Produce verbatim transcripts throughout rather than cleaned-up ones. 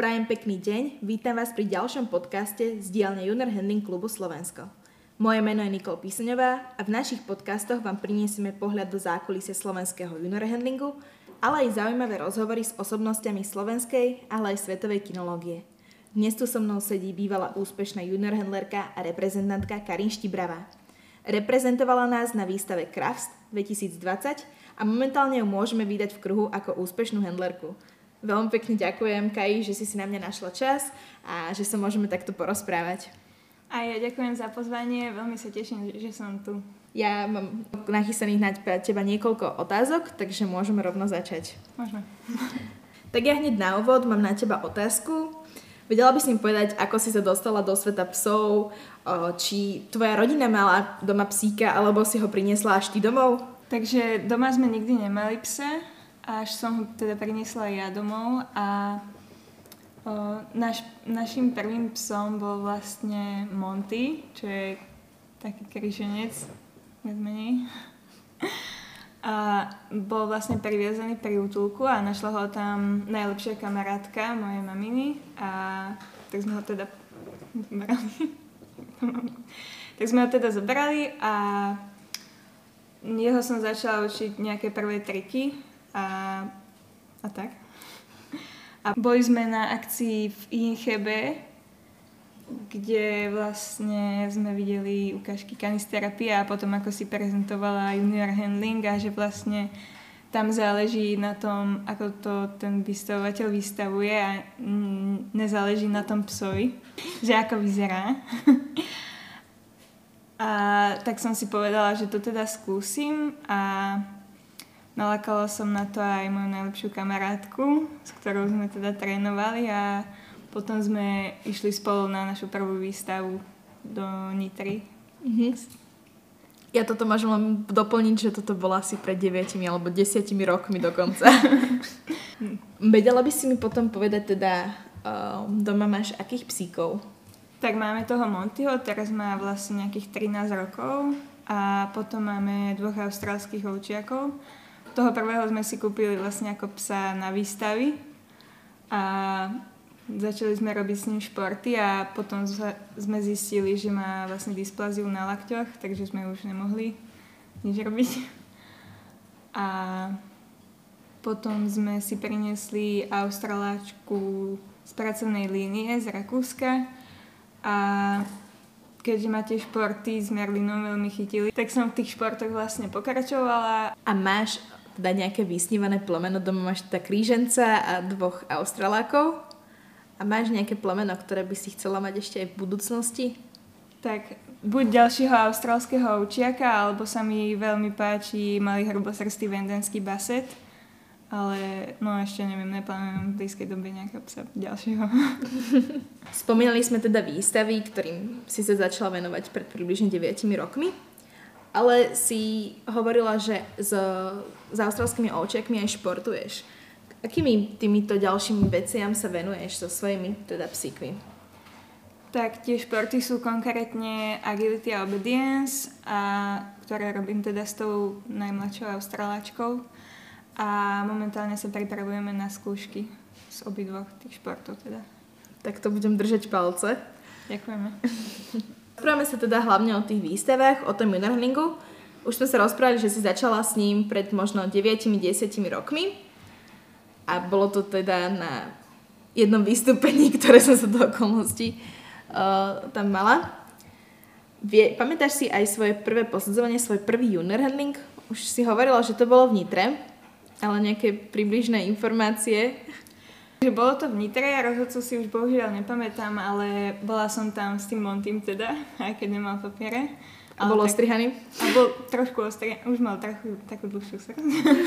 Prajem pekný deň, vítam vás pri ďalšom podcaste z dielne Junior Handling klubu Slovensko. Moje meno je Nikol Písňová a v našich podcastoch vám priniesieme pohľad do zákulisia slovenského junior handlingu, ale aj zaujímavé rozhovory s osobnostiami slovenskej, ale aj svetovej kinológie. Dnes tu so mnou sedí bývalá úspešná junior handlerka a reprezentantka Karin Štibravá. Reprezentovala nás na výstave Crafts dvetisícdvadsať a momentálne ju môžeme vydať v kruhu ako úspešnú handlerku. Veľmi pekne ďakujem, Kaji, že si si na mňa našla čas a že sa môžeme takto porozprávať. A ja ďakujem za pozvanie, veľmi sa teším, že som tu. Ja mám nachystaných na teba niekoľko otázok, takže môžeme rovno začať. Môžeme. Tak ja hneď na úvod mám na teba otázku. Vedela by si mi povedať, ako si sa dostala do sveta psov, či tvoja rodina mala doma psíka, alebo si ho priniesla až ty domov? Takže doma sme nikdy nemali psa, až som ho teda priniesla ja domov a o, naš, našim prvým psom bol vlastne Monty, čo je taký križenec, viac menej. A bol vlastne priviazaný pri útulku a našla ho tam najlepšia kamarátka mojej maminy a tak sme ho teda zobrali. tak sme ho teda zobrali a jeho som začala učiť nejaké prvé triky a, a tak. A boli sme na akcii v Inchebe, kde vlastne sme videli ukážky kanisterapie a potom ako si prezentovala junior handling a že vlastne tam záleží na tom, ako to ten vystavovateľ vystavuje a nezáleží na tom psovi, že ako vyzerá. A tak som si povedala, že to teda skúsim a nalakala som na to aj moju najlepšiu kamarátku, s ktorou sme teda trénovali a potom sme išli spolu na našu prvú výstavu do Nitry. Mhm. Ja toto môžem len doplniť, že toto bola asi pred deviatimi alebo desiatimi rokmi dokonca. Vedela by si mi potom povedať teda, um, doma máš akých psíkov? Tak máme toho Montyho, teraz má vlastne nejakých trinásť rokov a potom máme dvoch austrálskych ovčiakov. Toho prvého sme si kúpili vlastne ako psa na výstavy a začali sme robiť s ním športy a potom sme zistili, že má vlastne dyspláziu na lakťoch, takže sme už nemohli nič robiť. A potom sme si priniesli Australáčku z pracovnej línie z Rakúska a keďže ma tie športy s Merlinom veľmi chytili, tak som v tých športoch vlastne pokračovala. A máš teda nejaké vysnívané plemeno, doma máš teda kríženca a dvoch Australákov? A máš nejaké plemeno, ktoré by si chcela mať ešte aj v budúcnosti? Tak buď ďalšieho austrálskeho ovčiaka, alebo sa mi veľmi páči malý hrubosrstý vendenský baset. Ale no ešte neviem, neplánujem v blízkej dobe nejakého psa ďalšieho. Spomínali sme teda výstavy, ktorým si sa začala venovať pred približne deviatimi rokmi. Ale si hovorila, že s, s austrálskymi ovčiakmi aj športuješ. Akými týmito ďalšími veciam sa venuješ so svojimi teda psíkmi? Tak tie športy sú konkrétne agility a obedience, a, ktoré robím teda s tou najmladšou Australáčkou. A momentálne sa pripravujeme na skúšky z obidvoch tých športov teda. Tak to budem držať palce. Ďakujeme. Rozprávame sa teda hlavne o tých výstavách, o tom junior handlingu. Už sme sa rozprávali, že si začala s ním pred možno deviatimi desiatimi rokmi. A bolo to teda na jednom vystúpení, ktoré som sa do okolností uh, tam mala. Vie, pamätáš si aj svoje prvé posudzovanie, svoj prvý junior handling? Už si hovorila, že to bolo v Nitre, ale nejaké približné informácie? Bolo to v Nitre, ja rozhodcu si už bohužiaľ nepamätám, ale bola som tam s tým Montym teda, aj keď nemal papiere. A bol tak, ostrihaný? A bol trošku ostrihaný, už mal trochu, takú dlhšiu srst.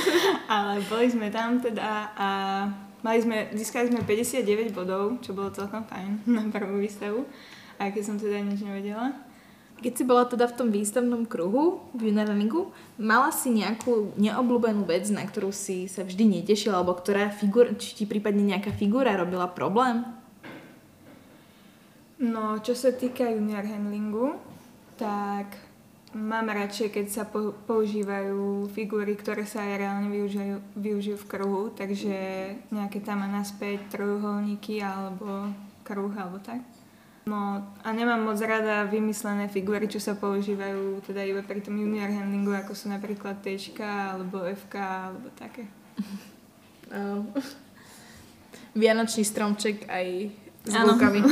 Ale boli sme tam teda a mali sme, získali sme päťdesiatdeväť bodov, čo bolo celkom fajn na prvú výstavu, aj keď som teda nič nevedela. Keď si bola teda v tom výstavnom kruhu v junior handlingu, mala si nejakú neobľúbenú vec, na ktorú si sa vždy netešila, alebo ktorá figúra, či ti prípadne nejaká figúra robila problém? No, čo sa týka junior handlingu, tak mám radšej, keď sa po, používajú figúry, ktoré sa aj reálne využijú, využijú v kruhu, takže nejaké tam a naspäť, trojuholníky alebo kruh alebo tak. No a nemám moc rada vymyslené figúry, čo sa používajú teda iba pri tom junior handlingu, ako sú napríklad T-čka alebo F-ka alebo také. Uh, Vianočný stromček aj s lúkami.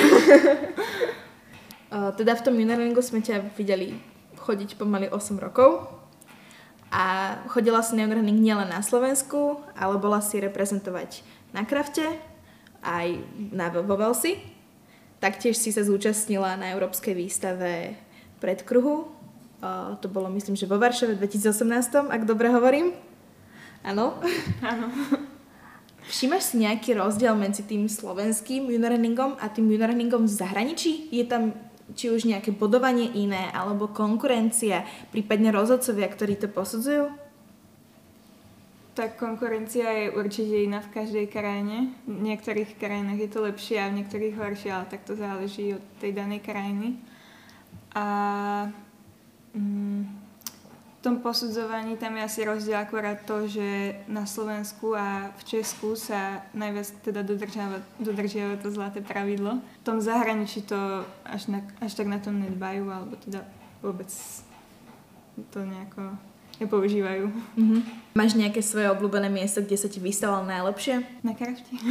uh, teda v tom junior handlingu sme ťa videli chodiť pomaly osem rokov a chodila si na junior handling nielen na Slovensku, ale bola si reprezentovať na krafte aj na vo Velsi. Taktiež si sa zúčastnila na Európskej výstave predkruhu. Uh, to bolo, myslím, že vo Varšave dvetisíc osemnásť, ak dobre hovorím. Áno? Áno. Všímaš si nejaký rozdiel medzi tým slovenským junior handlingom a tým junior handlingom v zahraničí? Je tam či už nejaké bodovanie iné, alebo konkurencia, prípadne rozhodcovia, ktorí to posudzujú? Tak konkurencia je určite iná v každej krajine. V niektorých krajinách je to lepšie a v niektorých horšie, ale tak to záleží od tej danej krajiny. A mm, v tom posudzovaní tam je asi rozdiel akorát to, že na Slovensku a v Česku sa najviac teda dodržiava, dodržiava to zlaté pravidlo. V tom zahraničí to až, na, až tak na tom nedbajú, alebo teda vôbec to nejako nepoužívajú. Mm-hmm. Máš nejaké svoje obľúbené miesto, kde sa ti vystával najlepšie? Na krafte.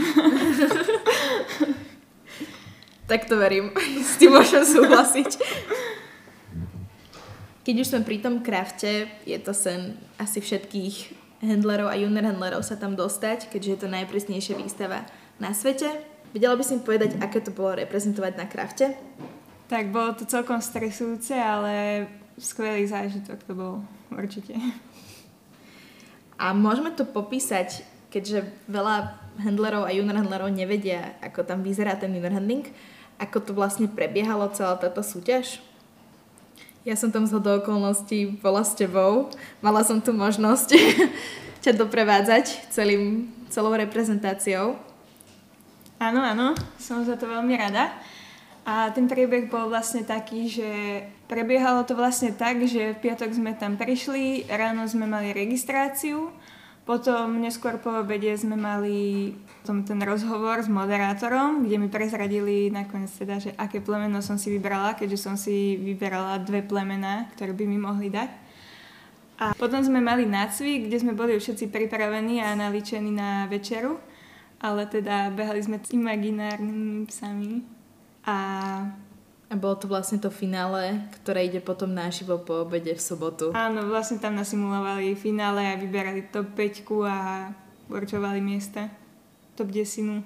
Tak to verím. S tým môžem súhlasiť. Keď už sme pri tom krafte, je to sen asi všetkých handlerov a junior handlerov sa tam dostať, keďže je to najpresnejšia výstava na svete. Vedela by si mi povedať, aké to bolo reprezentovať na krafte? Tak bolo to celkom stresujúce, ale skvelý zážitok to bol určite. A môžeme to popísať, keďže veľa handlerov a junior handlerov nevedia, ako tam vyzerá ten junior handling, ako to vlastne prebiehalo celá táto súťaž? Ja som tam zhodou okolností bola s tebou. Mala som tu možnosť ťa doprevádzať celým, celou reprezentáciou. Áno, áno, som za to veľmi rada. A ten priebeh bol vlastne taký, že prebiehalo to vlastne tak, že v piatok sme tam prišli, ráno sme mali registráciu, potom neskôr po obede sme mali ten rozhovor s moderátorom, kde mi prezradili nakoniec teda, že aké plemeno som si vybrala, keďže som si vyberala dve plemená, ktoré by mi mohli dať. A potom sme mali nácvik, kde sme boli všetci pripravení a nalíčení na večeru, ale teda behali sme imaginárnymi psami. A... a bolo to vlastne to finále, ktoré ide potom naživo po obede v sobotu. Áno, vlastne tam nasimulovali finále a vyberali top päť a určovali miesta. Top desinu.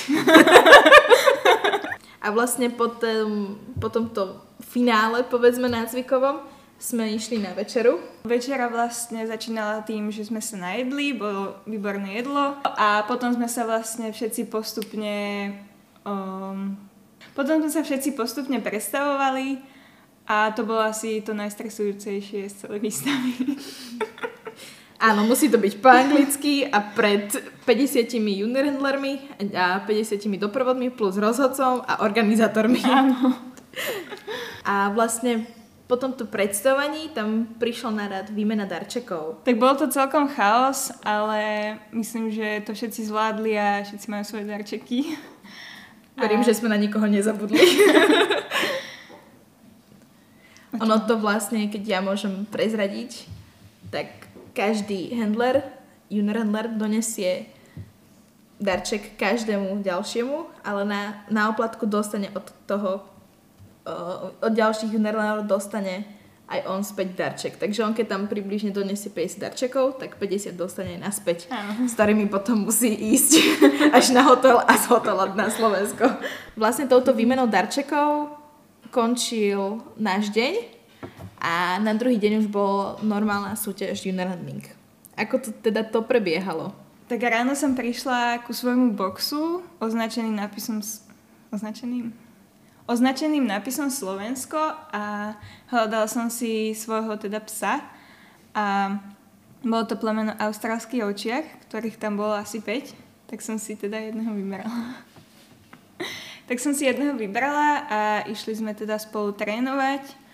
A vlastne po, tém, po tomto finále, povedzme nácvikovom, sme išli na večeru. Večera vlastne začínala tým, že sme sa najedli, bolo výborné jedlo a potom sme sa vlastne všetci postupne... Um, Potom sme sa všetci postupne predstavovali a to bolo asi to najstresujúcejšie z celej výstavy. Áno, musí to byť po anglicky a pred päťdesiatimi junior handlermi a päťdesiatimi doprovodmi plus rozhodcom a organizátormi. Áno. A vlastne po tomto predstavovaní tam prišla na rad výmena darčekov. Tak bol to celkom chaos, ale myslím, že to všetci zvládli a všetci majú svoje darčeky. Verím, a... že sme na nikoho nezabudli. Ono to vlastne, keď ja môžem prezradiť, tak každý handler, junior handler donesie darček každému ďalšiemu, ale na, na oplatku dostane od toho, od ďalších junior handlerov dostane aj on späť darček. Takže on keď tam približne donesie päťdesiat darčekov, tak päťdesiat dostane naspäť, Aha. s ktorými potom musí ísť až na hotel a z hotela na Slovensko. Vlastne touto výmenou darčekov končil náš deň a na druhý deň už bol normálna súťaž junior handling. Ako to teda to prebiehalo? Tak ráno som prišla ku svojmu boxu označeným nápisom označeným označeným nápisom Slovensko a hľadala som si svojho teda psa a bolo to plemeno austrálsky ovčiak, ktorých tam bolo asi päť, tak som si teda jedného vybrala. tak som si jedného vybrala a išli sme teda spolu trénovať.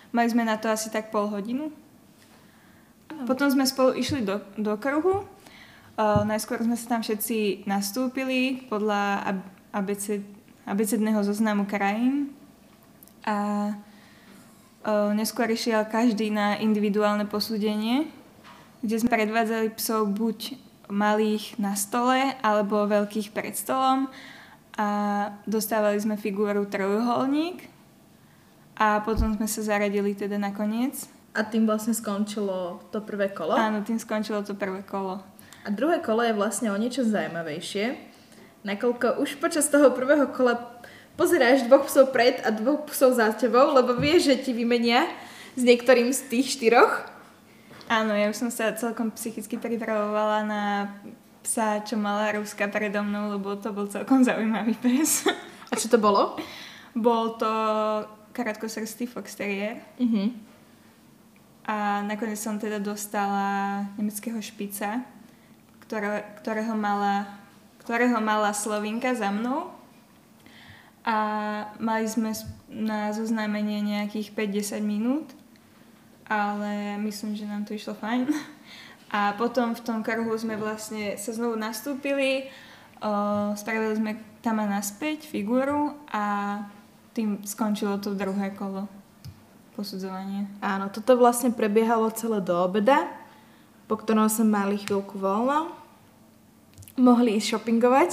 Mali sme na to asi tak pol hodinu. Potom sme spolu išli do, do kruhu. Uh, najskôr sme sa tam všetci nastúpili podľa abeced, abecedného zoznamu krajín. A uh, neskôr išiel každý na individuálne posúdenie, kde sme predvádzali psov buď malých na stole alebo veľkých pred stolom a dostávali sme figúru trojuholník a potom sme sa zaradili teda na koniec. A tým vlastne skončilo to prvé kolo? Áno, tým skončilo to prvé kolo. A druhé kolo je vlastne o niečo zaujímavejšie, nakoľko už počas toho prvého kola pozeráš dvoch psov pred a dvoch psov za tebou, lebo vieš, že ti vymenia s niektorým z tých štyroch. Áno, ja už som sa celkom psychicky pripravovala na psa, čo mala Ruska predo mnou, lebo to bol celkom zaujímavý pes. A čo to bolo? Bol to krátkosrstý fox terrier. Uh-huh. A nakoniec som teda dostala nemeckého špica, ktoré, ktorého, mala, ktorého mala Slovinka za mnou. A mali sme na zoznámenie nejakých päť až desať minút, ale myslím, že nám to išlo fajn. A potom v tom kruhu sme vlastne sa znovu nastúpili, o, spravili sme tam a naspäť figúru a tým skončilo to druhé kolo. Posudzovanie. Áno, toto vlastne prebiehalo celé do obeda, po ktorom sme mali chvíľku voľno. Mohli ísť shoppingovať.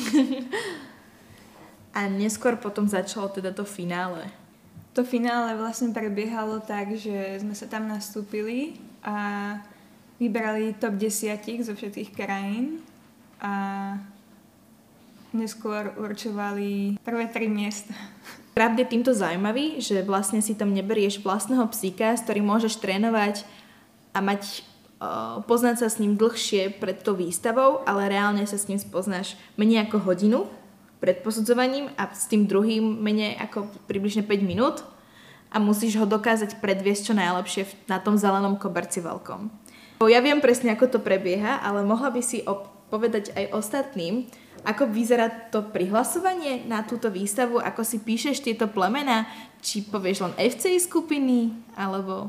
A neskôr potom začalo teda to finále. To finále vlastne prebiehalo tak, že sme sa tam nastúpili a vybrali top desať zo všetkých krajín a neskôr určovali prvé tri miesta. Pravde týmto zaujímavý, že vlastne si tam neberieš vlastného psíka, s ktorým môžeš trénovať a mať, uh, poznať sa s ním dlhšie pred tou výstavou, ale reálne sa s ním spoznáš menej ako hodinu pred posudzovaním a s tým druhým menej ako približne päť minút a musíš ho dokázať predviesť čo najlepšie na tom zelenom koberci veľkom. Ja viem presne, ako to prebieha, ale mohla by si povedať aj ostatným, ako vyzerá to prihlasovanie na túto výstavu? Ako si píšeš tieto plemená? Či povieš len ef cé í skupiny? Alebo...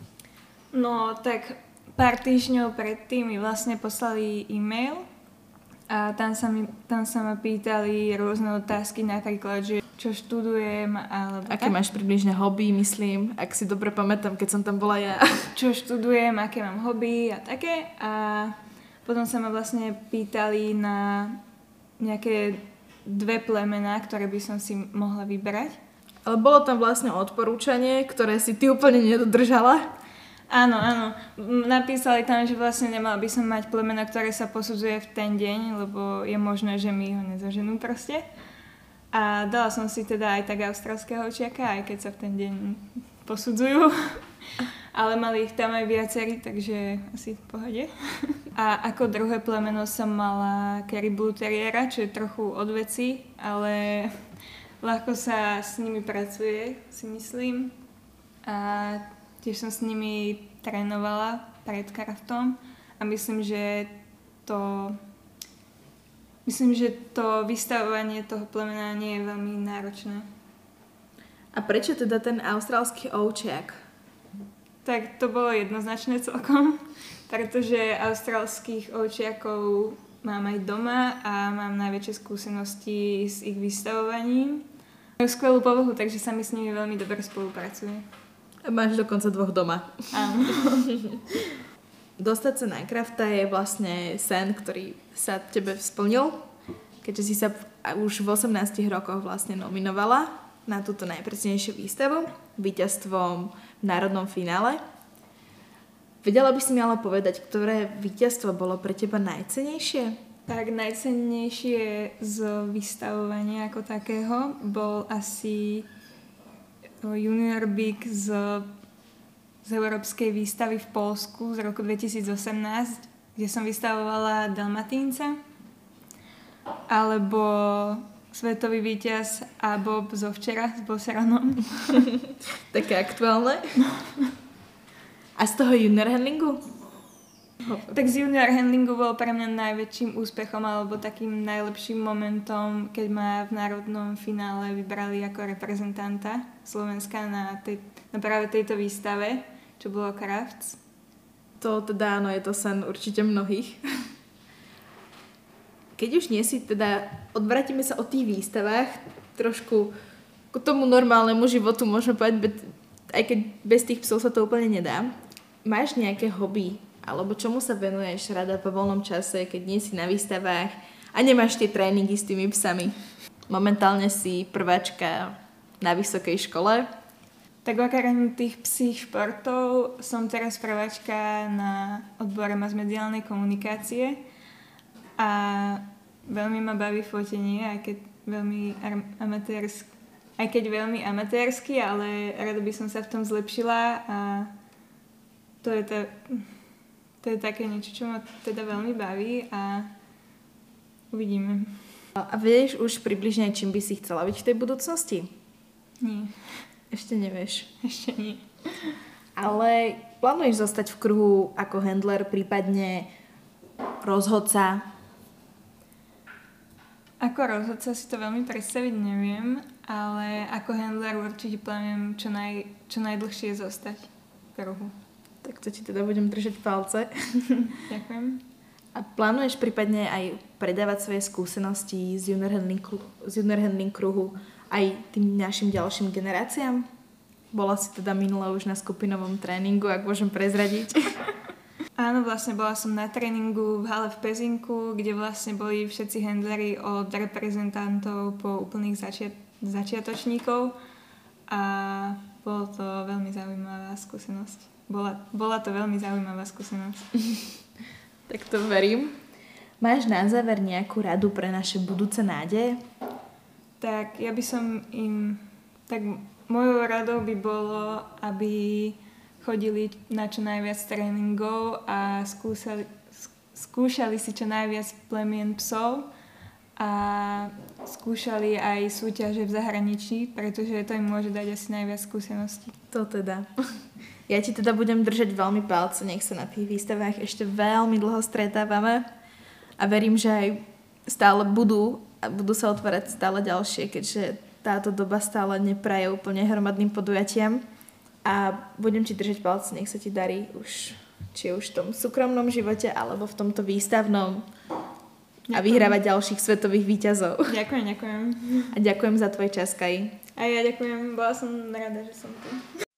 No, tak pár týždňov predtým mi vlastne poslali e-mail a tam sa, mi, tam sa ma pýtali rôzne otázky, napríklad, že čo študujem, alebo aké tak. Máš približne hobby, myslím, ak si dobre pamätám, keď som tam bola ja. Čo študujem, aké mám hobby a také. A potom sa ma vlastne pýtali na nejaké dve plemená, ktoré by som si mohla vybrať. Ale bolo tam vlastne odporúčanie, ktoré si ty úplne nedodržala. Áno, áno. Napísali tam, že vlastne nemala by som mať plemeno, ktoré sa posudzuje v ten deň, lebo je možné, že mi ho nezaženú proste. A dala som si teda aj tak australského ovčiaka, aj keď sa v ten deň posudzujú. Ale mali ich tam aj viacerí, takže asi v pohode. A ako druhé plemeno som mala Kerry Blue Terriera, čo je trochu od veci, ale ľahko sa s nimi pracuje, si myslím. A tiež som s nimi trénovala pred kraftom a myslím, že to myslím, že to vystavovanie toho plemena nie je veľmi náročné. A prečo teda ten austrálsky ovčiak? Tak to bolo jednoznačné celkom, pretože austrálskych ovčiakov mám aj doma a mám najväčšie skúsenosti s ich vystavovaním. Majú skvelú povahu, takže sa mi s nimi veľmi dobre spolupracuje. A máš dokonca dvoch doma. Áno. Dostať sa na krafta je vlastne sen, ktorý sa tebe splnil, keďže si sa už v osemnástich rokoch vlastne nominovala na túto najpresnejšiu výstavu víťazstvom v národnom finále. Vedela by si mi ale povedať, ktoré víťazstvo bolo pre teba najcennejšie? Tak najcennejšie z vystavovania ako takého bol asi Junior Big z, z Európskej výstavy v Poľsku z roku dvetisíc osemnásť, kde som vystavovala Dalmatínca, alebo svetový víťaz a Bob zo včera s Boseranom. Také aktuálne. A z toho junior handlingu? Tak z junior handlingu bol pre mňa najväčším úspechom alebo takým najlepším momentom, keď ma v národnom finále vybrali ako reprezentanta Slovenska na tej na práve tejto výstave, čo bolo Crafts. To teda áno, je to sen určite mnohých. Keď už nie si, teda odvrátime sa o tých výstavách trošku k tomu normálnemu životu, môžeme povedať, aj keď bez tých psov sa to úplne nedá. Máš nejaké hobby? Alebo čomu sa venuješ rada po voľnom čase, keď nie si na výstavách a nemáš tie tréningy s tými psami? Momentálne si prváčka na vysokej škole. Tak okrem tých psích športov som teraz prváčka na odbore masmediálnej komunikácie a veľmi ma baví fotenie, aj keď veľmi amatérsky, aj keď veľmi amatérsky, ale rada by som sa v tom zlepšila a to je, to, to je také niečo, čo ma teda veľmi baví a uvidíme. A vieš už približne, čím by si chcela byť v tej budúcnosti? Nie. Ešte nevieš. Ešte nie. Ale plánuješ zostať v kruhu ako handler, prípadne rozhodca? Ako rozhodca si to veľmi predstaviť neviem, ale ako handler určite plánujem čo, naj, čo najdlhšie zostať v kruhu. Tak to ti teda budem držať palce. Ďakujem. A plánuješ prípadne aj predávať svoje skúsenosti z junior handling, z junior handling kruhu aj tým našim ďalším generáciám? Bola si teda minula už na skupinovom tréningu, ak môžem prezradiť. Áno, vlastne bola som na tréningu v hale v Pezinku, kde vlastne boli všetci handleri od reprezentantov po úplných začiat- začiatočníkov a bolo to veľmi zaujímavá skúsenosť. Bola, bola to veľmi zaujímavá skúsenosť. Tak to verím. Máš na záver nejakú radu pre naše budúce nádeje? Tak ja by som im... Tak mojou radou by bolo, aby chodili na čo najviac tréningov a skúšali, skúšali si čo najviac plemien psov a skúšali aj súťaže v zahraničí, pretože to im môže dať asi najviac skúseností. To teda. Ja ti teda budem držať veľmi palce, nech sa na tých výstavách ešte veľmi dlho stretávame a verím, že aj stále budú a budú sa otvárať stále ďalšie, keďže táto doba stále nepraje úplne hromadným podujatiam a budem ti držať palce, nech sa ti darí už, či už v tom súkromnom živote alebo v tomto výstavnom a vyhrávať ďalších svetových víťazov. Ďakujem, ďakujem. A ďakujem za tvoj čas, Kai. A ja ďakujem, bola som rada, že som tu.